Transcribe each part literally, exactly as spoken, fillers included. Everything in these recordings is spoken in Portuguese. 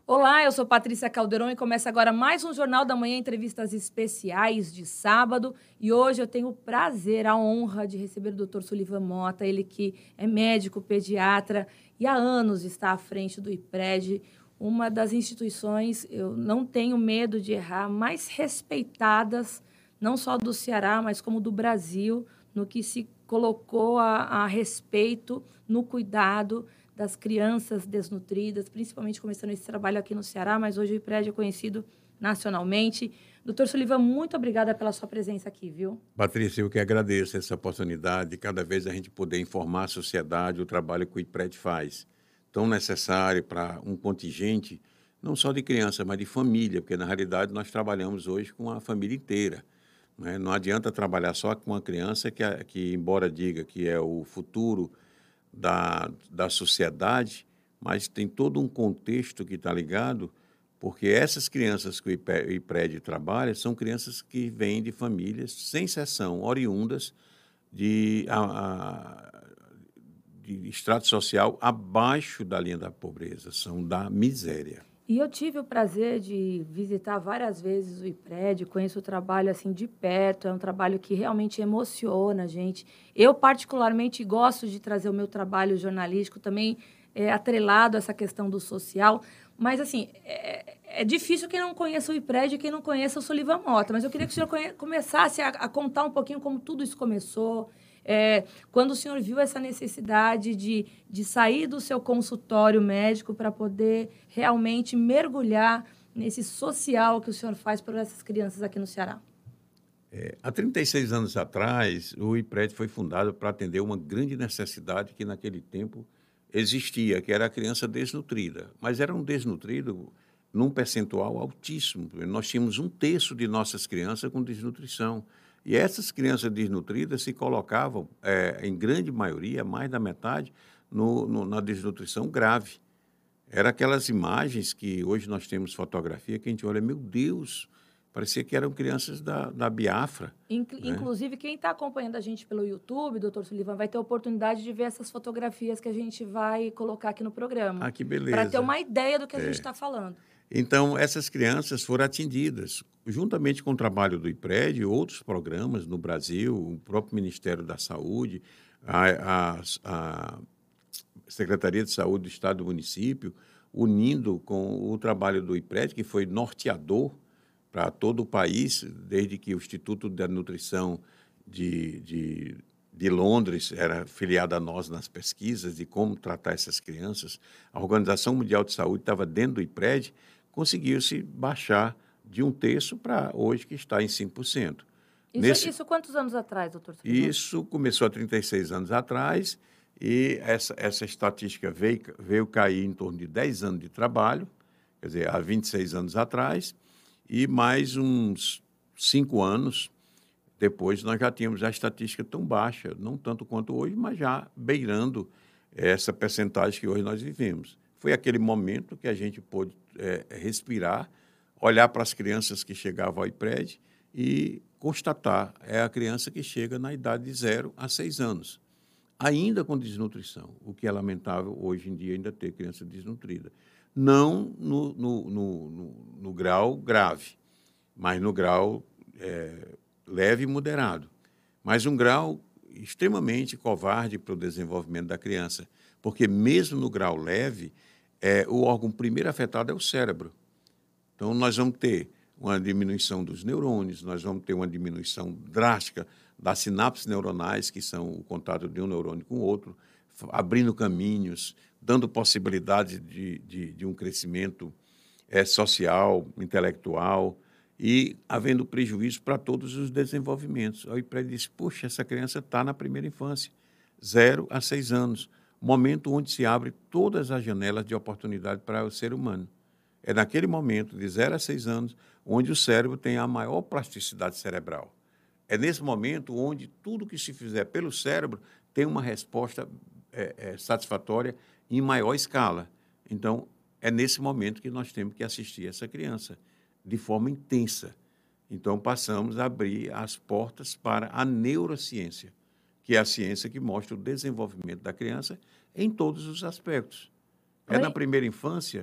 Olá, eu sou Patrícia Calderon e começa agora mais um Jornal da Manhã, entrevistas especiais de sábado. E hoje eu tenho o prazer, a honra de receber o doutor Sullivan Mota, ele que é médico pediatra e há anos está à frente do IPRED, uma das instituições, eu não tenho medo de errar, mais respeitadas, não só do Ceará, mas como do Brasil, no que se colocou a, a respeito, no cuidado das crianças desnutridas, principalmente começando esse trabalho aqui no Ceará, mas hoje o IPRED é conhecido nacionalmente. doutor Sullivan, muito obrigada pela sua presença aqui, viu? Patrícia, eu que agradeço essa oportunidade, cada vez a gente poder informar a sociedade o trabalho que o IPRED faz, tão necessário para um contingente, não só de criança, mas de família, porque na realidade nós trabalhamos hoje com a família inteira. Né? Não adianta trabalhar só com uma criança que, que, embora diga que é o futuro da, da sociedade, mas tem todo um contexto que está ligado, porque essas crianças que o IPRED trabalha são crianças que vêm de famílias, sem exceção, oriundas de, a, a, de extrato social abaixo da linha da pobreza, são da miséria. E eu tive o prazer de visitar várias vezes o IPRED, conheço o trabalho assim de perto, é um trabalho que realmente emociona a gente. Eu, particularmente, gosto de trazer o meu trabalho jornalístico também é, atrelado a essa questão do social, mas, assim, é, é difícil quem não conheça o IPRED e quem não conheça o Sullivan Mota, mas eu queria que o senhor conhe- começasse a, a contar um pouquinho como tudo isso começou, é, quando o senhor viu essa necessidade de, de sair do seu consultório médico para poder realmente mergulhar nesse social que o senhor faz por essas crianças aqui no Ceará? É, há trinta e seis anos atrás, o IPRED foi fundado para atender uma grande necessidade que naquele tempo existia, que era a criança desnutrida. Mas era um desnutrido num percentual altíssimo. Nós tínhamos um terço de nossas crianças com desnutrição. E essas crianças desnutridas se colocavam, é, em grande maioria, mais da metade, no, no, na desnutrição grave. Era aquelas imagens que hoje nós temos fotografia que a gente olha, meu Deus, parecia que eram crianças da, da Biafra, Inclu- né? Inclusive, quem está acompanhando a gente pelo YouTube, doutor Sullivan, vai ter a oportunidade de ver essas fotografias que a gente vai colocar aqui no programa, Ah, que para ter beleza. uma ideia do que a gente está falando. Então, essas crianças foram atendidas, juntamente com o trabalho do IPRED e outros programas no Brasil, o próprio Ministério da Saúde, a, a, a Secretaria de Saúde do Estado e do Município, unindo com o trabalho do IPRED, que foi norteador para todo o país, desde que o Instituto da Nutrição de, de, de Londres era filiado a nós nas pesquisas de como tratar essas crianças. A Organização Mundial de Saúde estava dentro do IPRED, conseguiu-se baixar de um terço para hoje, que está em cinco por cento. Isso, Nesse, isso quantos anos atrás, doutor Sullivan? isso começou há trinta e seis anos atrás e essa, essa estatística veio, veio cair em torno de dez anos de trabalho, quer dizer, há vinte e seis anos atrás, e mais uns cinco anos depois nós já tínhamos a estatística tão baixa, não tanto quanto hoje, mas já beirando essa percentagem que hoje nós vivemos. Foi aquele momento que a gente pôde é, respirar, olhar para as crianças que chegavam ao IPRED e constatar, é a criança que chega na idade de zero a seis anos, ainda com desnutrição, o que é lamentável hoje em dia ainda ter criança desnutrida. Não no, no, no, no, no grau grave, mas no grau é, leve e moderado. Mas um grau extremamente covarde para o desenvolvimento da criança, porque mesmo no grau leve, é, o órgão primeiro afetado é o cérebro. Então, nós vamos ter uma diminuição dos neurônios, nós vamos ter uma diminuição drástica das sinapses neuronais, que são o contato de um neurônio com o outro, abrindo caminhos, dando possibilidade de, de, de um crescimento é, social, intelectual, e havendo prejuízo para todos os desenvolvimentos. Aí o IPRED disse, puxa, essa criança está na primeira infância, zero a seis anos, momento onde se abre todas as janelas de oportunidade para o ser humano. É naquele momento, de zero a seis anos, onde o cérebro tem a maior plasticidade cerebral. É nesse momento onde tudo que se fizer pelo cérebro tem uma resposta é, é, satisfatória em maior escala. Então, é nesse momento que nós temos que assistir essa criança de forma intensa. Então, passamos a abrir as portas para a neurociência, que é a ciência que mostra o desenvolvimento da criança em todos os aspectos. É na primeira infância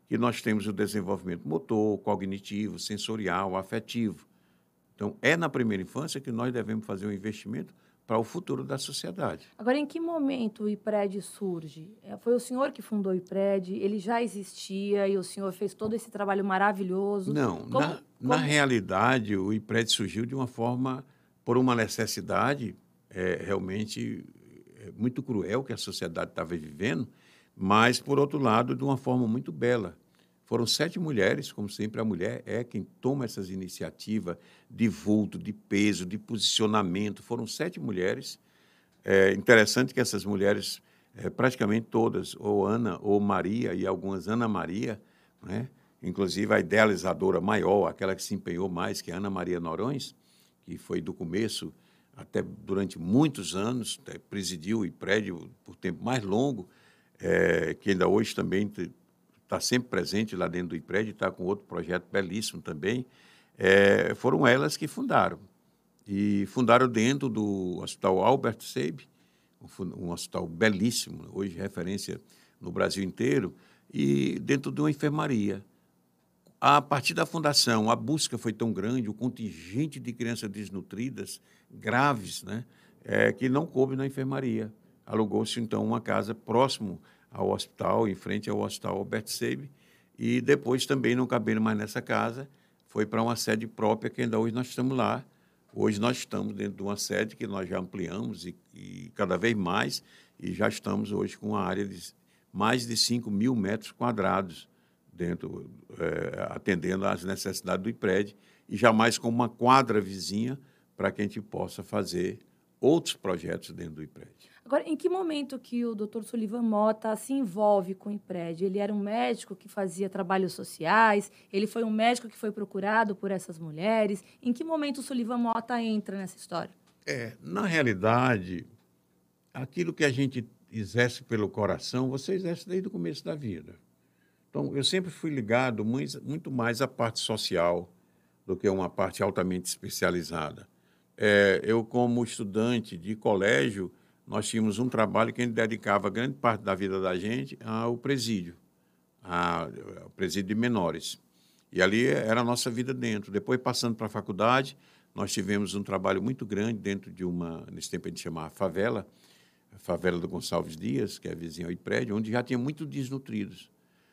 que nós temos o desenvolvimento motor, cognitivo, sensorial, afetivo. Então, é na primeira infância que nós devemos fazer um investimento para o futuro da sociedade. Agora, em que momento o IPRED surge? É, foi o senhor que fundou o IPRED? Ele já existia e o senhor fez todo esse trabalho maravilhoso? Não, Como, na, na como... realidade, o IPRED surgiu de uma forma, por uma necessidade é, realmente é, muito cruel que a sociedade estava vivendo, mas, por outro lado, de uma forma muito bela. Foram sete mulheres, como sempre, a mulher é quem toma essas iniciativas de vulto, de peso, de posicionamento. Foram sete mulheres. É interessante que essas mulheres, é, praticamente todas, ou Ana, ou Maria, e algumas Ana Maria, né? Inclusive a idealizadora maior, aquela que se empenhou mais, que é Ana Maria Norões, que foi do começo até durante muitos anos, presidiu o IPRED por tempo mais longo, é, que ainda hoje também está sempre presente lá dentro do IPRED, está com outro projeto belíssimo também, é, foram elas que fundaram. E fundaram dentro do Hospital Albert Sabin, um hospital belíssimo, hoje referência no Brasil inteiro, e dentro de uma enfermaria. A partir da fundação, a busca foi tão grande, o contingente de crianças desnutridas, graves, né, é, que não coube na enfermaria. Alugou-se, então, uma casa próximo ao hospital, em frente ao Hospital Albert Sabin, e depois, também não cabendo mais nessa casa, foi para uma sede própria, que ainda hoje nós estamos lá. Hoje nós estamos dentro de uma sede que nós já ampliamos e, e cada vez mais, e já estamos hoje com uma área de mais de cinco mil metros quadrados, dentro, é, atendendo às necessidades do IPRED, e jamais com uma quadra vizinha para que a gente possa fazer outros projetos dentro do IPRED. Agora, em que momento que o doutor Sullivan Mota se envolve com o IPRED? Ele era um médico que fazia trabalhos sociais, ele foi um médico que foi procurado por essas mulheres. Em que momento o Sullivan Mota entra nessa história? É, na realidade, aquilo que a gente exerce pelo coração, você exerce desde o começo da vida. Então, eu sempre fui ligado muito mais à parte social do que a uma parte altamente especializada. É, eu, como estudante de colégio, nós tínhamos um trabalho que a gente dedicava grande parte da vida da gente ao presídio, ao presídio de menores. E ali era a nossa vida dentro. Depois, passando para a faculdade, nós tivemos um trabalho muito grande dentro de uma, nesse tempo a gente chamava favela, a favela do Gonçalves Dias, que é vizinha ao IPRED, onde já tinha muitos desnutridos.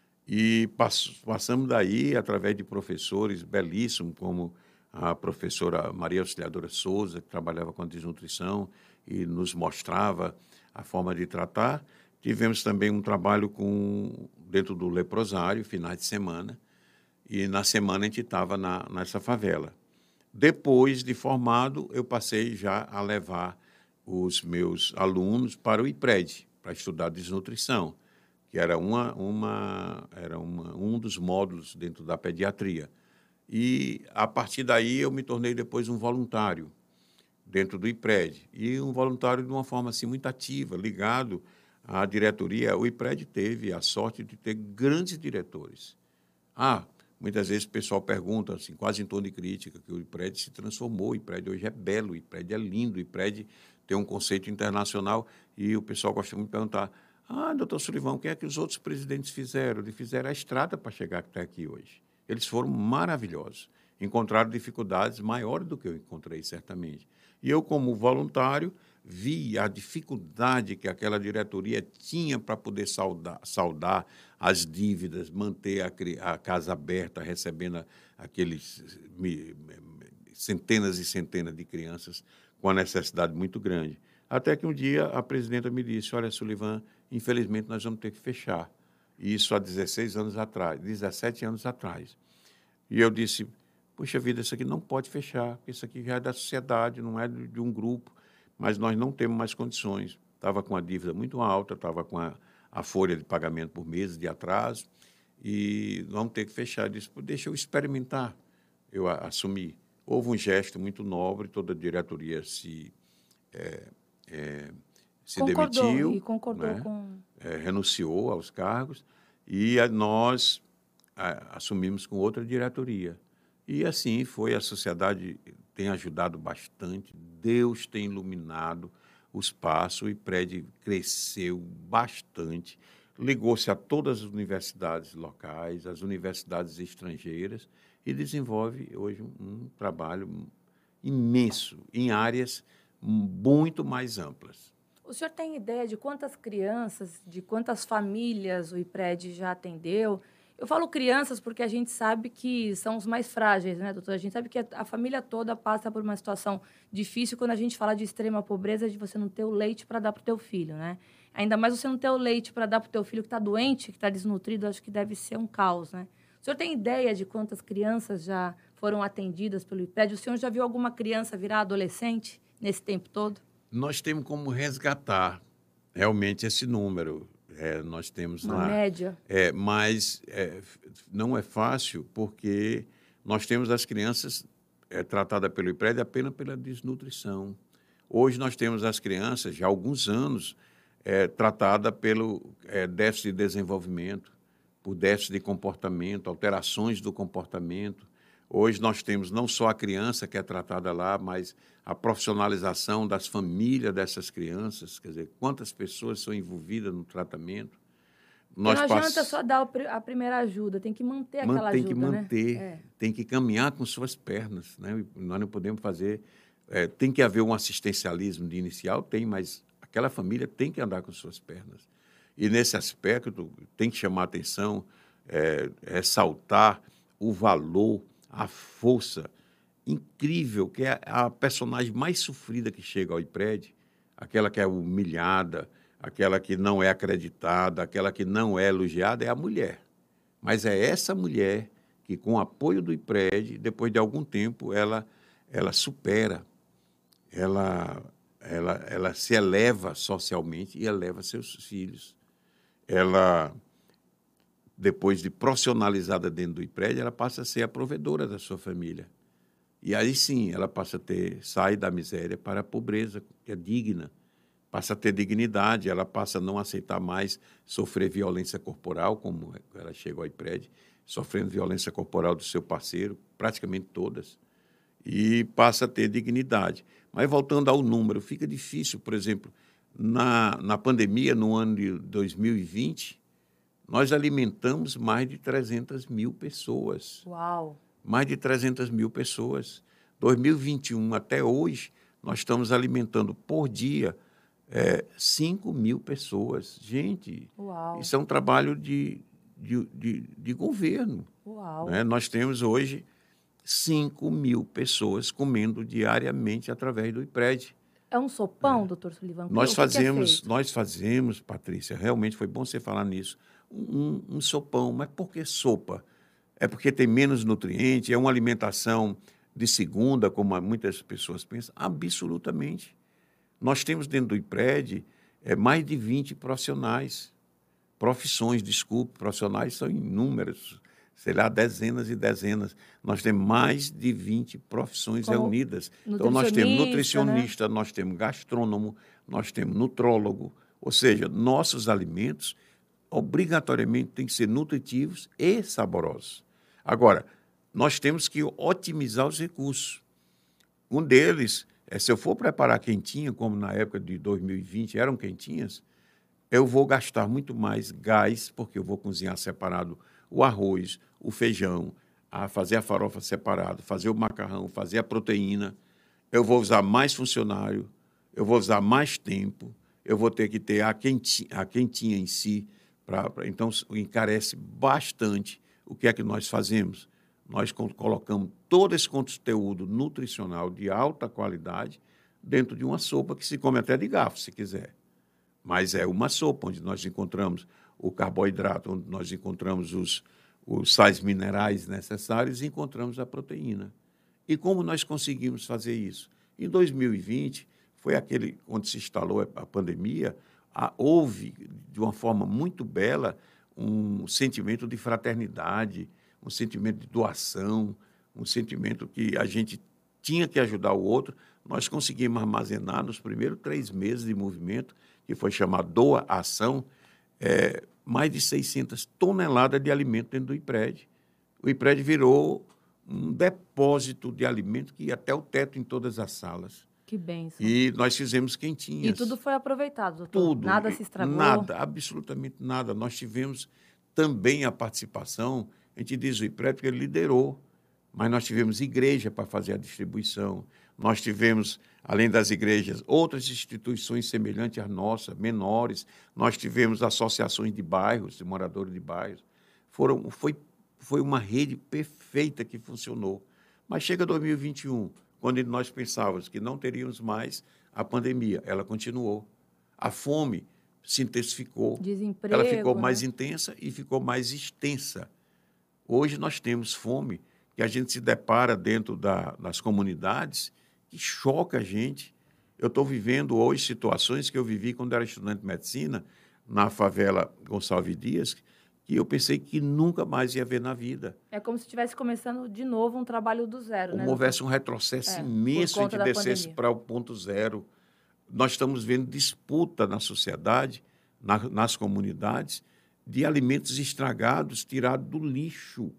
E passamos daí, através de professores belíssimos, como a professora Maria Auxiliadora Souza, que trabalhava com a desnutrição e nos mostrava a forma de tratar. Tivemos também um trabalho com, dentro do leprosário, finais de semana, e na semana a gente estava na, nessa favela. Depois de formado, eu passei já a levar os meus alunos para o IPRED, para estudar desnutrição, que era, uma, uma, era uma, um dos módulos dentro da pediatria. E, a partir daí, eu me tornei depois um voluntário dentro do IPRED. E um voluntário de uma forma assim, muito ativa, ligado à diretoria. O IPRED teve a sorte de ter grandes diretores. Ah, muitas vezes o pessoal pergunta, assim, quase em tom de crítica, que o IPRED se transformou, o IPRED hoje é belo, o IPRED é lindo, o IPRED tem um conceito internacional, e o pessoal gosta muito de perguntar: ah, doutor Sullivan, o que é que os outros presidentes fizeram? Eles fizeram a estrada para chegar até aqui hoje. Eles foram maravilhosos, encontraram dificuldades maiores do que eu encontrei, certamente. E eu, como voluntário, vi a dificuldade que aquela diretoria tinha para poder saldar, saldar as dívidas, manter a, a casa aberta, recebendo aqueles me, centenas e centenas de crianças com a necessidade muito grande. Até que um dia a presidenta me disse: olha, Sullivan, infelizmente nós vamos ter que fechar. Isso há dezesseis anos atrás, dezessete anos atrás. E eu disse: puxa vida, isso aqui não pode fechar, porque isso aqui já é da sociedade, não é de um grupo, mas nós não temos mais condições. Estava com a dívida muito alta, estava com a, a folha de pagamento por meses de atraso, e vamos ter que fechar. Eu disse: deixa eu experimentar. Eu a, assumi. Houve um gesto muito nobre, toda a diretoria se, é, é, se concordou, demitiu, e concordou né? com... é, renunciou aos cargos, e a, nós a, assumimos com outra diretoria. E assim foi, a sociedade tem ajudado bastante, Deus tem iluminado os passos, o IPRED cresceu bastante. ligou-se a todas as universidades locais, as universidades estrangeiras, e desenvolve hoje um, um trabalho imenso em áreas muito mais amplas. O senhor tem ideia de quantas crianças, de quantas famílias o IPRED já atendeu? Eu falo crianças porque a gente sabe que são os mais frágeis, né, doutora? A gente sabe que a, a família toda passa por uma situação difícil quando a gente fala de extrema pobreza, de você não ter o leite para dar para o teu filho, né? Ainda mais você não ter o leite para dar para o teu filho que está doente, que está desnutrido, acho que deve ser um caos, né? O senhor tem ideia de quantas crianças já foram atendidas pelo IPRED? O senhor já viu alguma criança virar adolescente nesse tempo todo? Nós temos como resgatar realmente esse número. É, nós temos Uma lá. média. É, mas é, não é fácil porque nós temos as crianças é, tratadas pelo IPRED apenas pela desnutrição. Hoje nós temos as crianças, já há alguns anos, é, tratadas pelo é, déficit de desenvolvimento, por déficit de comportamento, alterações do comportamento. Hoje nós temos não só a criança que é tratada lá, mas a profissionalização das famílias dessas crianças, quer dizer, quantas pessoas são envolvidas no tratamento. Nós não adianta pass... só dar a primeira ajuda, tem que manter aquela tem ajuda, que manter, né? Tem que caminhar com suas pernas, né? Nós não podemos fazer... É, tem que haver um assistencialismo de inicial, tem, mas aquela família tem que andar com suas pernas. E, nesse aspecto, tem que chamar a atenção, é, ressaltar o valor, a força incrível, que é a personagem mais sofrida que chega ao IPRED, aquela que é humilhada, aquela que não é acreditada, aquela que não é elogiada, é a mulher. Mas é essa mulher que, com o apoio do IPRED, depois de algum tempo, ela, ela supera, ela, ela, ela se eleva socialmente e eleva seus filhos. Ela... depois de profissionalizada dentro do IPRED, ela passa a ser a provedora da sua família. E aí sim, ela passa a ter, sai da miséria para a pobreza, que é digna, passa a ter dignidade, ela passa a não aceitar mais sofrer violência corporal, como ela chega ao IPRED, sofrendo violência corporal do seu parceiro, praticamente todas, e passa a ter dignidade. Mas voltando ao número, fica difícil, por exemplo, na, na pandemia, no ano de dois mil e vinte, nós alimentamos mais de trezentas mil pessoas. Uau! Mais de trezentas mil pessoas. dois mil e vinte e um até hoje, nós estamos alimentando por dia é, cinco mil pessoas. Gente, Uau. Isso é um trabalho de, de, de, de governo. Uau. Né? Nós temos hoje cinco mil pessoas comendo diariamente através do IPRED. É um sopão, é. doutor Sullivan? Nós fazemos, que é nós fazemos, Patrícia, realmente foi bom você falar nisso, um, um sopão. Mas por que sopa? É porque tem menos nutriente, é uma alimentação de segunda, como muitas pessoas pensam? Absolutamente. Nós temos dentro do IPRED é, mais de vinte profissionais, profissões, desculpe, profissionais são inúmeros, sei lá, dezenas e dezenas. Nós temos mais de vinte profissões como reunidas. Então, nós temos nutricionista, né? Nós temos gastrônomo, nós temos nutrólogo, ou seja, nossos alimentos obrigatoriamente têm que ser nutritivos e saborosos. Agora, nós temos que otimizar os recursos. Um deles é, se eu for preparar quentinha, como na época de dois mil e vinte eram quentinhas, eu vou gastar muito mais gás, porque eu vou cozinhar separado o arroz, o feijão, a fazer a farofa separado, fazer o macarrão, fazer a proteína. Eu vou usar mais funcionário, eu vou usar mais tempo, eu vou ter que ter a quentinha, a quentinha em si. Pra, pra, então, encarece bastante. O que é que nós fazemos? Nós colocamos todo esse conteúdo nutricional de alta qualidade dentro de uma sopa que se come até de garfo, se quiser. Mas é uma sopa onde nós encontramos o carboidrato, onde nós encontramos os, os sais minerais necessários e encontramos a proteína. E como nós conseguimos fazer isso? Em dois mil e vinte, foi aquele onde se instalou a pandemia, a, houve, de uma forma muito bela, um sentimento de fraternidade, um sentimento de doação, um sentimento que a gente tinha que ajudar o outro. Nós conseguimos armazenar nos primeiros três meses de movimento, que foi chamado Doa Ação, é, mais de seiscentas toneladas de alimento dentro do IPRED. O IPRED virou um depósito de alimento que ia até o teto em todas as salas. Que bênção. E nós fizemos quentinhas. E tudo foi aproveitado, doutor? Tudo. Nada se estragou? Nada, absolutamente nada. Nós tivemos também a participação, a gente diz o IPRED porque ele liderou, mas nós tivemos igreja para fazer a distribuição, nós tivemos, além das igrejas, outras instituições semelhantes à nossa, menores, nós tivemos associações de bairros, de moradores de bairros. Foram, foi, foi uma rede perfeita que funcionou. Mas chega dois mil e vinte e um, quando nós pensávamos que não teríamos mais a pandemia, ela continuou. A fome se intensificou, Desemprego, ela ficou né? mais intensa e ficou mais extensa. Hoje nós temos fome que a gente se depara dentro da, das comunidades que choca a gente. Eu estou vivendo hoje situações que eu vivi quando era estudante de medicina, na favela Gonçalves Dias, que eu pensei que nunca mais ia ver na vida. É como se estivesse começando de novo um trabalho do zero, Como né? houvesse um retrocesso É, imenso, por a conta gente da descesse pandemia. para o ponto zero. Nós estamos vendo disputa na sociedade, na, nas comunidades, de alimentos estragados, tirados do lixo.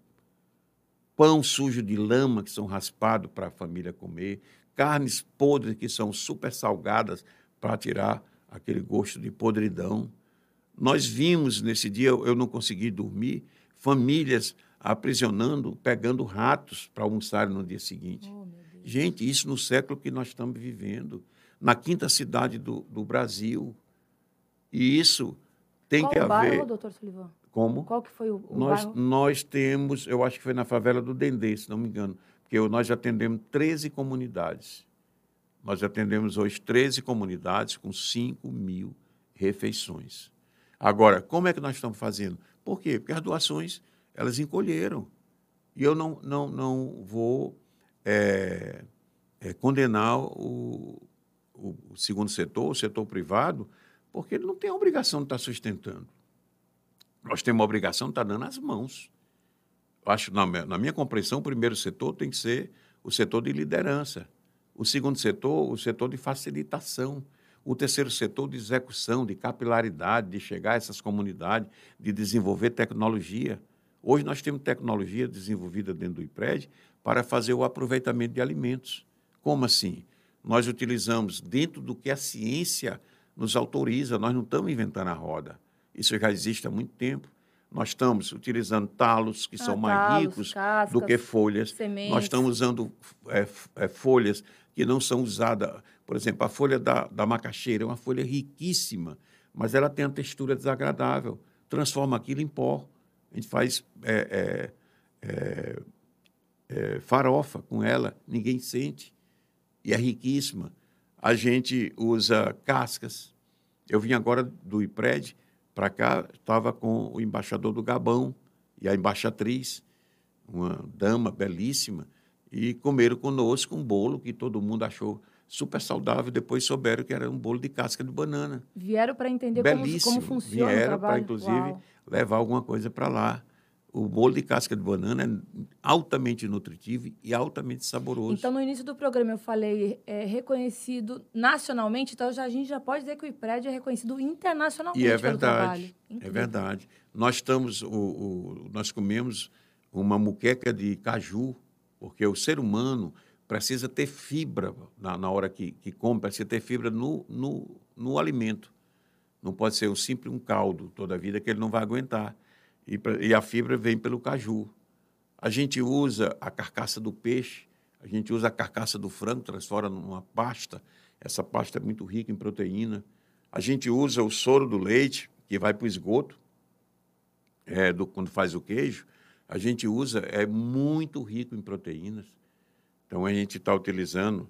Pão sujo de lama, que são raspados para a família comer, carnes podres, que são super salgadas, para tirar aquele gosto de podridão. Nós vimos, nesse dia, eu não consegui dormir, famílias aprisionando, pegando ratos para almoçar no dia seguinte. Oh, meu Deus. Gente, isso no século que nós estamos vivendo, na quinta cidade do, do Brasil. E isso tem Qual que o bairro, haver... doutor Sullivan? Como? Qual que foi o, o Nós, bairro? nós temos, eu acho que foi na favela do Dendê, se não me engano, porque nós já atendemos treze comunidades. Nós atendemos hoje treze comunidades com cinco mil refeições. Agora, como é que nós estamos fazendo? Por quê? Porque as doações, elas encolheram. E eu não, não, não vou é, é, condenar o, o, o segundo setor, o setor privado, porque ele não tem a obrigação de estar sustentando. Nós temos a obrigação de estar dando as mãos. Eu acho, na minha, na minha compreensão, o primeiro setor tem que ser o setor de liderança. O segundo setor, o setor de facilitação. O terceiro setor de execução, de capilaridade, de chegar a essas comunidades, de desenvolver tecnologia. Hoje nós temos tecnologia desenvolvida dentro do IPRED para fazer o aproveitamento de alimentos. Como assim? Nós utilizamos dentro do que a ciência nos autoriza, nós não estamos inventando a roda. Isso já existe há muito tempo. Nós estamos utilizando talos, que Ah, são mais talos, ricos cascas, do que folhas. sementes. Nós estamos usando é, é, folhas que não são usadas. Por exemplo, a folha da, da macaxeira é uma folha riquíssima, mas ela tem uma textura desagradável. Transforma aquilo em pó. A gente faz é, é, é, é, farofa com ela, ninguém sente. E é riquíssima. A gente usa cascas. Eu vim agora do IPRED para cá, estava com o embaixador do Gabão e a embaixatriz, uma dama belíssima, e comeram conosco um bolo que todo mundo achou super saudável, depois souberam que era um bolo de casca de banana. Vieram para entender como, Belíssimo. como funciona o Vieram para, trabalho. inclusive, Uau. levar alguma coisa para lá. O bolo de casca de banana é altamente nutritivo e altamente saboroso. Então, no início do programa, eu falei é, reconhecido nacionalmente, então já, a gente já pode dizer que o IPRED é reconhecido internacionalmente E é pelo trabalho. verdade, é Incrível. verdade. Nós estamos, o, o, nós comemos uma muqueca de caju, porque o ser humano precisa ter fibra na, na hora que, que come, precisa ter fibra no, no, no alimento. Não pode ser um simples um caldo toda a vida que ele não vai aguentar. E, e a fibra vem pelo caju. A gente usa a carcaça do peixe, a gente usa a carcaça do frango, transforma numa pasta. Essa pasta é muito rica em proteína. A gente usa o soro do leite, que vai para o esgoto, é, do, quando faz o queijo. A gente usa, é muito rico em proteínas. Então, a gente está utilizando.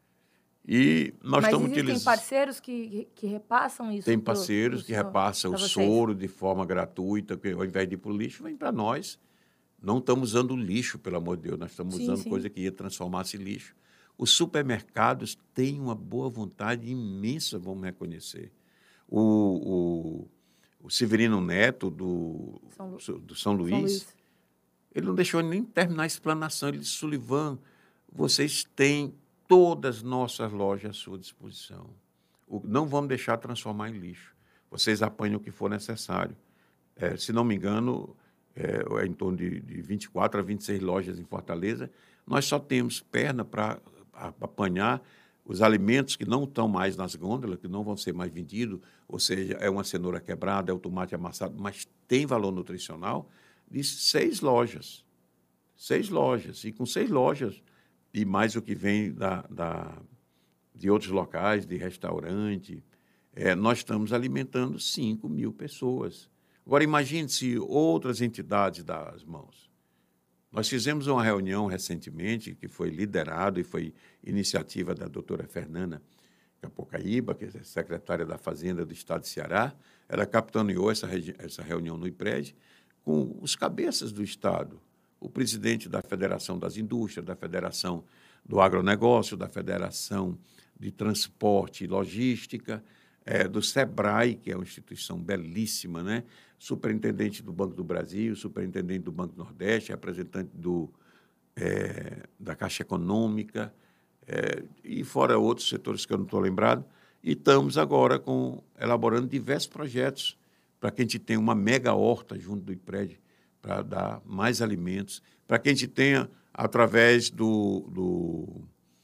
E nós Mas estamos existem utilizando... parceiros que, que repassam isso? Tem pro- parceiros pro que senhor- repassam o pra vocês? soro de forma gratuita, que ao invés de ir para o lixo, vem para nós. Não estamos usando lixo, pelo amor de Deus, nós estamos Sim, usando sim. coisa que ia transformar-se em lixo. Os supermercados têm uma boa vontade imensa, vamos reconhecer. O, o, o Severino Neto, do São Lu- do São Luís, São Luís. ele não deixou nem terminar a explanação. Ele disse, Sullivan, vocês têm todas as nossas lojas à sua disposição. O, não vamos deixar transformar em lixo. Vocês apanham o que for necessário. É, se não me engano, é, é em torno de, de vinte e quatro a vinte e seis lojas em Fortaleza. Nós só temos perna para apanhar os alimentos que não estão mais nas gôndolas, que não vão ser mais vendidos, ou seja, é uma cenoura quebrada, é o tomate amassado, mas tem valor nutricional, de seis lojas. Seis lojas. E com seis lojas, e mais o que vem da, da, de outros locais, de restaurante, é, nós estamos alimentando cinco mil pessoas. Agora, imagine se outras entidades das mãos. Nós fizemos uma reunião recentemente, que foi liderado e foi iniciativa da doutora Fernanda Capocaíba, que é secretária da Fazenda do Estado de Ceará. Ela capitaneou essa, essa reunião no IPRED com os cabeças do Estado, o presidente da Federação das Indústrias, da Federação do Agronegócio, da Federação de Transporte e Logística, é, do SEBRAE, que é uma instituição belíssima, né? Superintendente do Banco do Brasil, superintendente do Banco do Nordeste, representante do, é, da Caixa Econômica, é, e fora outros setores que eu não estou lembrado. E estamos agora com, elaborando diversos projetos para que a gente tenha uma mega horta junto do IPRED, para dar mais alimentos, para que a gente tenha, através do, do,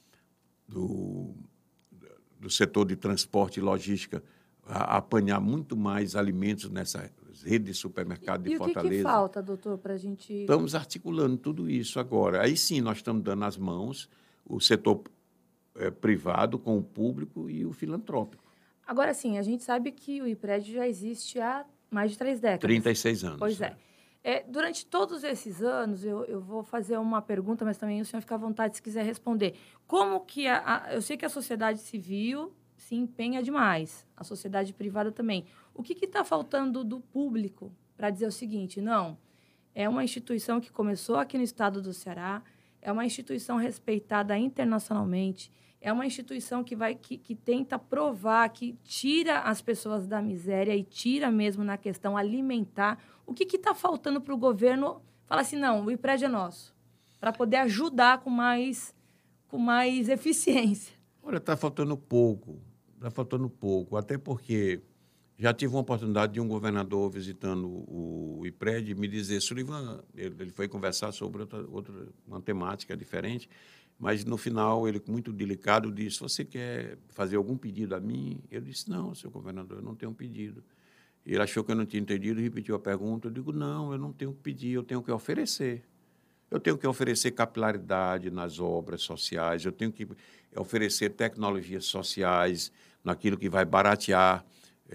do, do setor de transporte e logística, a, a apanhar muito mais alimentos nessa rede de supermercado de e Fortaleza. E o que, que falta, doutor, para a gente... Estamos articulando tudo isso agora. Aí sim, nós estamos dando as mãos, o setor é, privado com o público e o filantrópico. Agora, sim, a gente sabe que o IPRED já existe há mais de três décadas. trinta e seis anos. Pois é. É, durante todos esses anos, eu, eu vou fazer uma pergunta, mas também o senhor fica à vontade se quiser responder. Como que a, a, eu sei que a sociedade civil se empenha demais, a sociedade privada também. O que está faltando do público para dizer o seguinte, não, é uma instituição que começou aqui no estado do Ceará, é uma instituição respeitada internacionalmente, é uma instituição que, vai, que, que tenta provar, que tira as pessoas da miséria e tira mesmo na questão alimentar. O que está faltando para o governo falar assim, não, o IPRED é nosso, para poder ajudar com mais, com mais eficiência? Olha, está faltando pouco, está faltando pouco, até porque já tive uma oportunidade de um governador visitando o IPRED me dizer, Sullivan, ele foi conversar sobre outra, outra uma temática diferente, mas, no final, ele, muito delicado, disse, você quer fazer algum pedido a mim? Eu disse, não, senhor governador, eu não tenho um pedido. Ele achou que eu não tinha entendido e repetiu a pergunta. Eu digo, não, eu não tenho que pedir, eu tenho que oferecer. Eu tenho que oferecer capilaridade nas obras sociais, eu tenho que oferecer tecnologias sociais naquilo que vai baratear,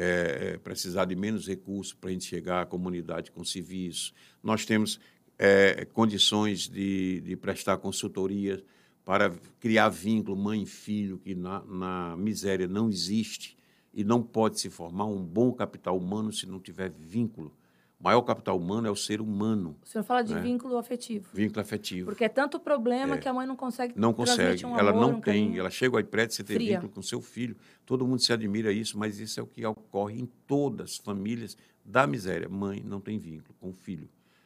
é, precisar de menos recursos para a gente chegar à comunidade com serviço. Nós temos é, condições de, de prestar consultoria para criar vínculo mãe e filho, que na, na miséria não existe e não pode se formar um bom capital humano se não tiver vínculo. O maior capital humano é o ser humano. O senhor fala de né? vínculo afetivo. Vínculo afetivo. Porque é tanto problema é. que a mãe não consegue Não consegue. Um ela amor, não um tem. carinho. Ela chega ao IPRED, você ter Fria. vínculo com seu filho. Todo mundo se admira isso, mas isso é o que ocorre em todas as famílias da miséria. Mãe não tem vínculo com o filho.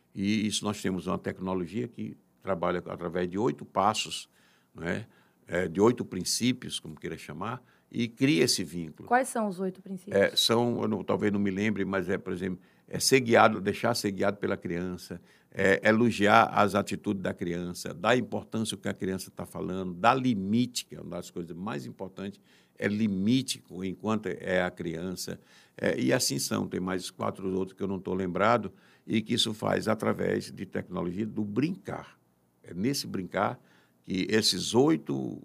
E isso nós temos uma tecnologia que trabalha através de oito passos, né? é, de oito princípios, como queira chamar, e cria esse vínculo. Quais são os oito princípios? É, são, eu não, talvez não me lembre, mas é, por exemplo, é ser guiado, deixar ser guiado pela criança, é, elogiar as atitudes da criança, dar importância ao que a criança está falando, dar limite, que é uma das coisas mais importantes, é limite enquanto é a criança. É, e assim são, tem mais quatro outros que eu não estou lembrado, e que isso faz através de tecnologia do brincar. É nesse brincar que esses oito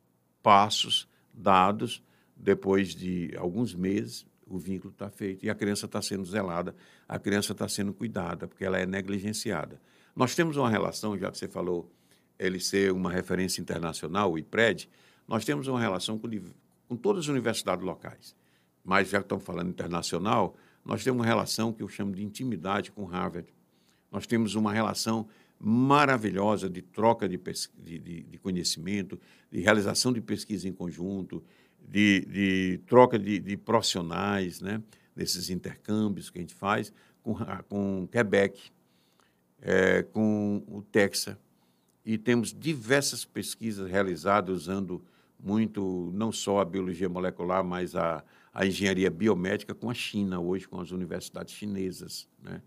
passos dados, depois de alguns meses, o vínculo está feito e a criança está sendo zelada, a criança está sendo cuidada, porque ela é negligenciada. Nós temos uma relação, já que você falou, ele ser uma referência internacional, o IPRED, nós temos uma relação com, com todas as universidades locais, mas já que estamos falando internacional, nós temos uma relação que eu chamo de intimidade com Harvard. Nós temos uma relação maravilhosa de troca de, de, de, de conhecimento, de realização de pesquisa em conjunto, de, de troca de, de profissionais, né, desses intercâmbios que a gente faz com, com Quebec, é, com o Texas. E temos diversas pesquisas realizadas usando muito, não só a biologia molecular, mas a, a engenharia biomédica com a China, hoje com as universidades chinesas, né?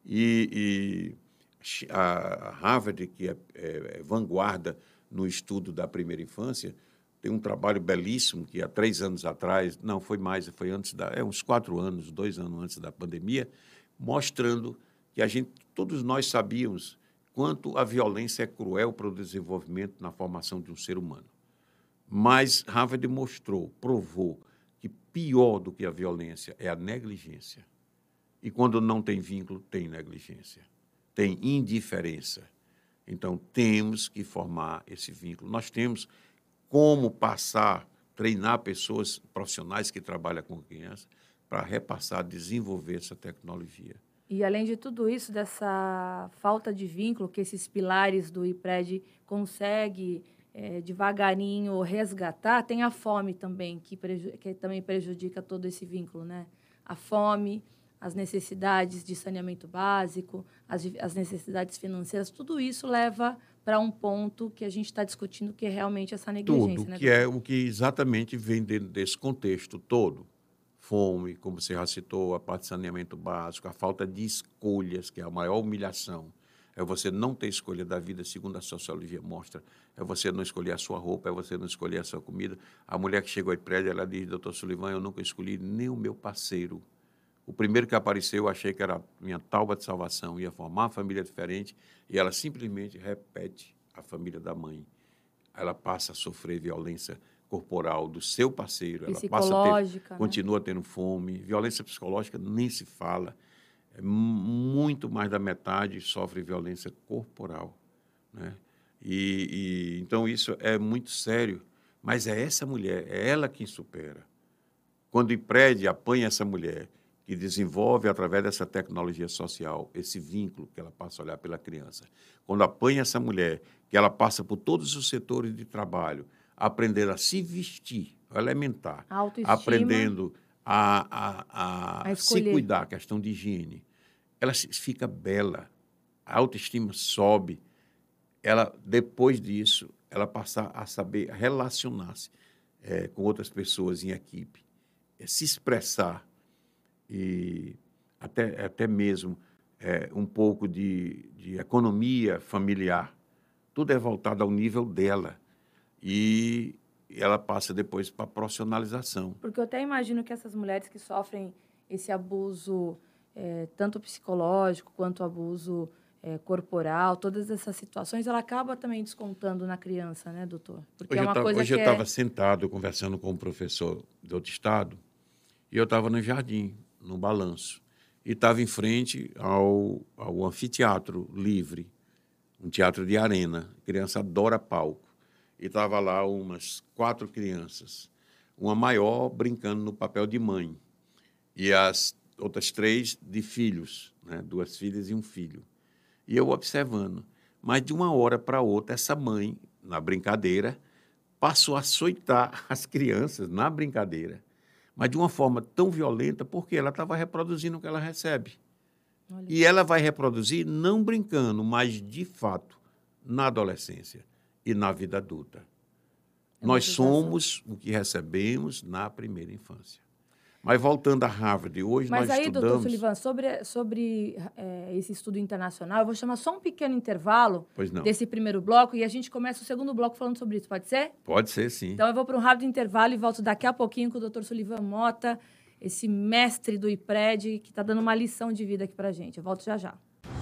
E, e a Harvard, que é, é, é vanguarda no estudo da primeira infância, tem um trabalho belíssimo que há três anos atrás, não, foi mais, foi antes da, é uns quatro anos, dois anos antes da pandemia, mostrando que a gente, todos nós sabíamos quanto a violência é cruel para o desenvolvimento na formação de um ser humano. Mas Harvard mostrou, provou que pior do que a violência é a negligência. E quando não tem vínculo, tem negligência, tem indiferença. Então, temos que formar esse vínculo. Nós temos como passar, treinar pessoas profissionais que trabalham com crianças para repassar, desenvolver essa tecnologia. E, além de tudo isso, dessa falta de vínculo que esses pilares do IPRED conseguem, é, devagarinho, resgatar, tem a fome também, que, preju- que também prejudica todo esse vínculo, né? A fome, as necessidades de saneamento básico, as, as necessidades financeiras, tudo isso leva para um ponto que a gente está discutindo, que é realmente essa negligência. Tudo, né, que é o que exatamente vem dentro desse contexto todo. Fome, como você já citou, a parte de saneamento básico, a falta de escolhas, que é a maior humilhação. É você não ter escolha da vida, segundo a sociologia mostra. É você não escolher a sua roupa, é você não escolher a sua comida. A mulher que chegou aí prédio, ela diz, doutor Sullivan, eu nunca escolhi nem o meu parceiro. O primeiro que apareceu, eu achei que era minha tábua de salvação, ia formar uma família diferente, e ela simplesmente repete a família da mãe. Ela passa a sofrer violência corporal do seu parceiro, ela passa a ter, né? continua tendo fome, violência psicológica nem se fala. É muito mais da metade sofre violência corporal, né? E, e então isso é muito sério, mas é essa mulher, é ela quem supera. Quando o IPRED apanha essa mulher, que desenvolve, através dessa tecnologia social, esse vínculo que ela passa a olhar pela criança. Quando apanha essa mulher, que ela passa por todos os setores de trabalho, aprendendo a se vestir, elementar, aprendendo a, a, a, a se cuidar, questão de higiene, ela fica bela, a autoestima sobe, ela, depois disso, ela passa a saber relacionar-se é, com outras pessoas em equipe, é, se expressar, e até, até mesmo é, um pouco de, de economia familiar. Tudo é voltado ao nível dela. E ela passa depois para a profissionalização. Porque eu até imagino que essas mulheres que sofrem esse abuso, é, tanto psicológico quanto abuso é, corporal, todas essas situações, ela acaba também descontando na criança, né, doutor? Porque hoje é uma eu tava, coisa hoje que eu estava é... sentado conversando com um professor de outro estado, e eu estava no jardim, no balanço, e estava em frente ao, ao anfiteatro livre, um teatro de arena. A criança adora palco. E estava lá umas quatro crianças, uma maior brincando no papel de mãe, e as outras três de filhos, né? Duas filhas e um filho. E eu observando. Mas de uma hora para outra, essa mãe, na brincadeira, passou a açoitar as crianças na brincadeira, mas de uma forma tão violenta, porque ela estava reproduzindo o que ela recebe. Olha. E ela vai reproduzir não brincando, mas, de fato, na adolescência e na vida adulta. É Nós somos o que recebemos na primeira infância. Mas, voltando a Harvard, hoje mas nós aí, estudamos... doutor Sullivan, sobre, sobre é, esse estudo internacional, eu vou chamar só um pequeno intervalo desse primeiro bloco e a gente começa o segundo bloco falando sobre isso. Pode ser? Pode ser, sim. Então, eu vou para um rápido intervalo e volto daqui a pouquinho com o doutor Sullivan Mota, esse mestre do IPRED, que está dando uma lição de vida aqui para a gente. Eu volto já já.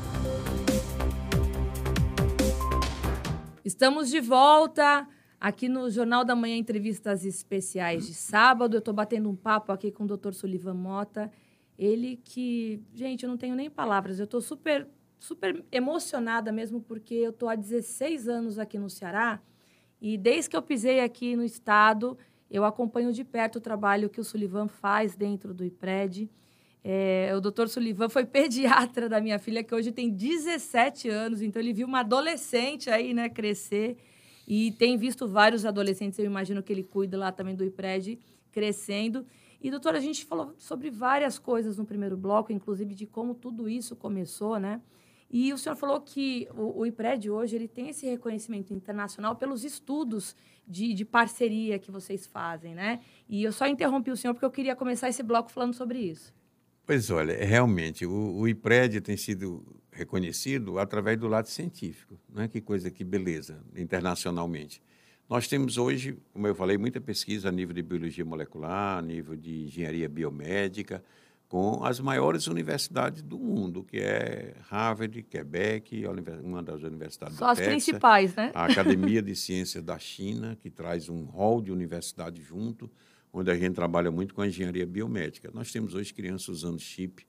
Estamos de volta aqui no Jornal da Manhã, entrevistas especiais de sábado. Eu estou batendo um papo aqui com o doutor Sullivan Mota. Ele que... Gente, eu não tenho nem palavras. Eu estou super, super emocionada mesmo, porque eu estou há dezesseis anos aqui no Ceará e desde que eu pisei aqui no estado, eu acompanho de perto o trabalho que o Sullivan faz dentro do IPRED. É, o doutor Sullivan foi pediatra da minha filha, que hoje tem dezessete anos, então ele viu uma adolescente aí, né, crescer. E tem visto vários adolescentes, eu imagino que ele cuida lá também do IPRED, crescendo. E, doutora, a gente falou sobre várias coisas no primeiro bloco, inclusive de como tudo isso começou, né? E o senhor falou que o, o IPRED hoje ele tem esse reconhecimento internacional pelos estudos de, de parceria que vocês fazem, né? E eu só interrompi o senhor porque eu queria começar esse bloco falando sobre isso. Pois olha, realmente, o, o IPRED tem sido reconhecido através do lado científico, né? Que coisa, que beleza, internacionalmente. Nós temos hoje, como eu falei, muita pesquisa a nível de biologia molecular, a nível de engenharia biomédica, com as maiores universidades do mundo, que é Harvard, Quebec, uma das universidades Só do as Texas, principais, né? a Academia de Ciências da China, que traz um hall de universidade junto, onde a gente trabalha muito com a engenharia biomédica. Nós temos hoje crianças usando chip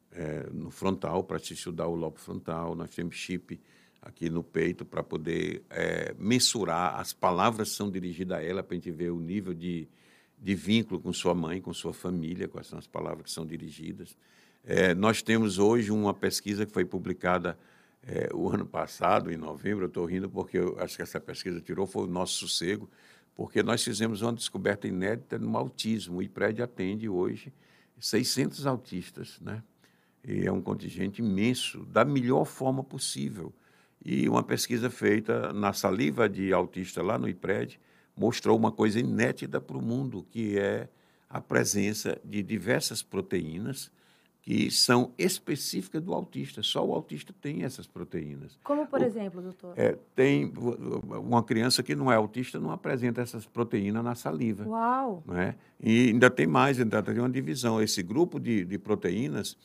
é, no frontal, para se estudar o lobo frontal, nós temos chip aqui no peito para poder é, mensurar as palavras que são dirigidas a ela, para a gente ver o nível de, de vínculo com sua mãe, com sua família, quais são as palavras que são dirigidas. É, nós temos hoje uma pesquisa que foi publicada é, o ano passado, em novembro, eu estou rindo porque eu acho que essa pesquisa tirou, foi o nosso sossego, porque nós fizemos uma descoberta inédita no autismo. O IPRED atende hoje seiscentos autistas, né? E é um contingente imenso, da melhor forma possível. E uma pesquisa feita na saliva de autista lá no IPRED mostrou uma coisa inédita para o mundo, que é a presença de diversas proteínas que são específicas do autista. Só o autista tem essas proteínas. Como, por o, exemplo, doutor? É, tem uma criança que não é autista não apresenta essas proteínas na saliva. Uau! Né? E ainda tem mais, ainda tem uma divisão. Esse grupo de, de proteínas,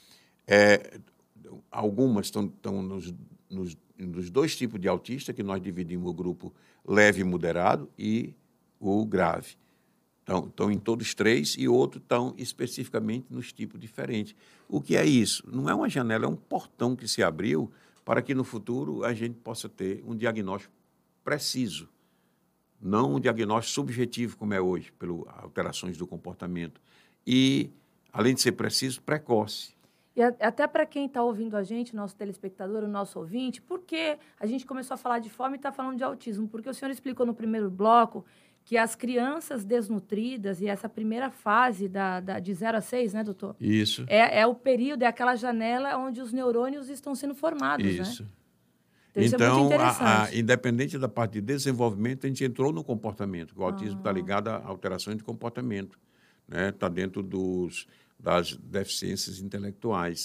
é, algumas estão, estão nos, nos, nos dois tipos de autista, que nós dividimos o grupo leve e moderado e o grave. Então, estão em todos três e outros estão especificamente nos tipos diferentes. O que é isso? Não é uma janela, é um portão que se abriu para que no futuro a gente possa ter um diagnóstico preciso, não um diagnóstico subjetivo como é hoje, pelas alterações do comportamento. E, além de ser preciso, precoce. E até para quem está ouvindo a gente, nosso telespectador, o nosso ouvinte, por que a gente começou a falar de fome e está falando de autismo? Porque o senhor explicou no primeiro bloco que as crianças desnutridas e essa primeira fase da, da, de zero a seis, né, doutor? Isso. É, é o período, é aquela janela onde os neurônios estão sendo formados, isso. né? Então, isso então, é muito interessante. A, a, independente da parte de desenvolvimento, a gente entrou no comportamento. O autismo está ah. ligado a alterações de comportamento. Né? Está dentro dos, das deficiências intelectuais.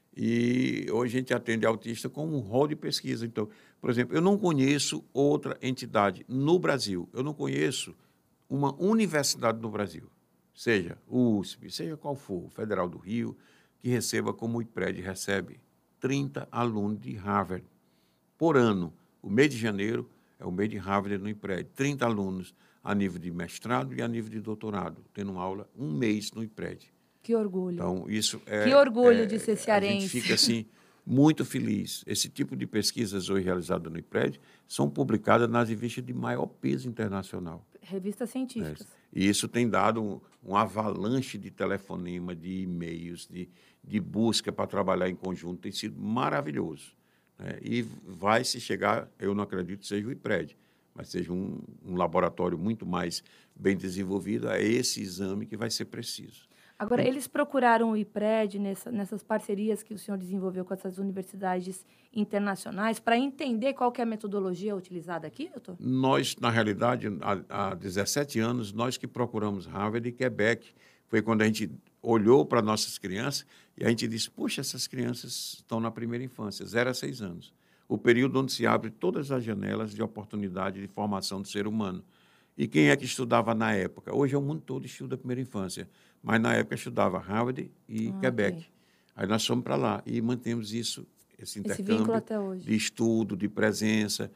E hoje a gente atende autista com um rol de pesquisa. Então, por exemplo, eu não conheço outra entidade no Brasil, eu não conheço uma universidade no Brasil, seja o U S P, seja qual for, o Federal do Rio, que receba como o IPRED recebe trinta alunos de Harvard por ano. O mês de janeiro é o mês de Harvard no IPRED, trinta alunos a nível de mestrado e a nível de doutorado, tendo aula um mês no IPRED. Que orgulho. Então, isso é... Que orgulho é, de ser cearense. A gente fica, assim, muito feliz. Esse tipo de pesquisas hoje realizadas no IPRED são publicadas nas revistas de maior peso internacional. Revistas científicas. É. E isso tem dado um, um avalanche de telefonema, de e-mails, de, de busca para trabalhar em conjunto. Tem sido maravilhoso. Né? E vai se chegar, eu não acredito que seja o IPRED, mas seja um, um laboratório muito mais bem desenvolvido, é esse exame que vai ser preciso. Agora, eles procuraram o IPRED nessa, nessas parcerias que o senhor desenvolveu com essas universidades internacionais para entender qual que é a metodologia utilizada aqui, doutor? Nós, na realidade, há, há dezessete anos, nós que procuramos Harvard e Quebec. Foi quando a gente olhou para nossas crianças e a gente disse, puxa, essas crianças estão na primeira infância, zero a seis anos. O período onde se abre todas as janelas de oportunidade de formação do ser humano. E quem é que estudava na época? Hoje o mundo todo estuda a primeira infância, mas na época estudava Harvard e ah, Quebec. Okay. Aí nós fomos para lá e mantemos isso, esse intercâmbio esse até hoje. De estudo, de presença,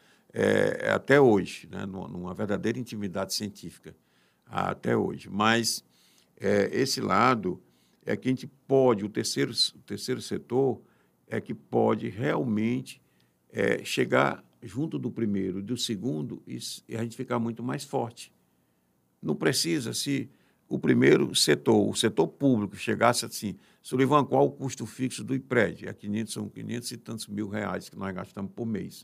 é, até hoje, né, numa verdadeira intimidade científica, até hoje. Mas é, esse lado é que a gente pode, o terceiro, o terceiro setor é que pode realmente é, chegar junto do primeiro e do segundo, e a gente ficar muito mais forte. Não precisa, se o primeiro setor, o setor público, chegasse assim, Sullivan, qual o custo fixo do IPRED? É quinhentos, são quinhentos e tantos mil reais que nós gastamos por mês.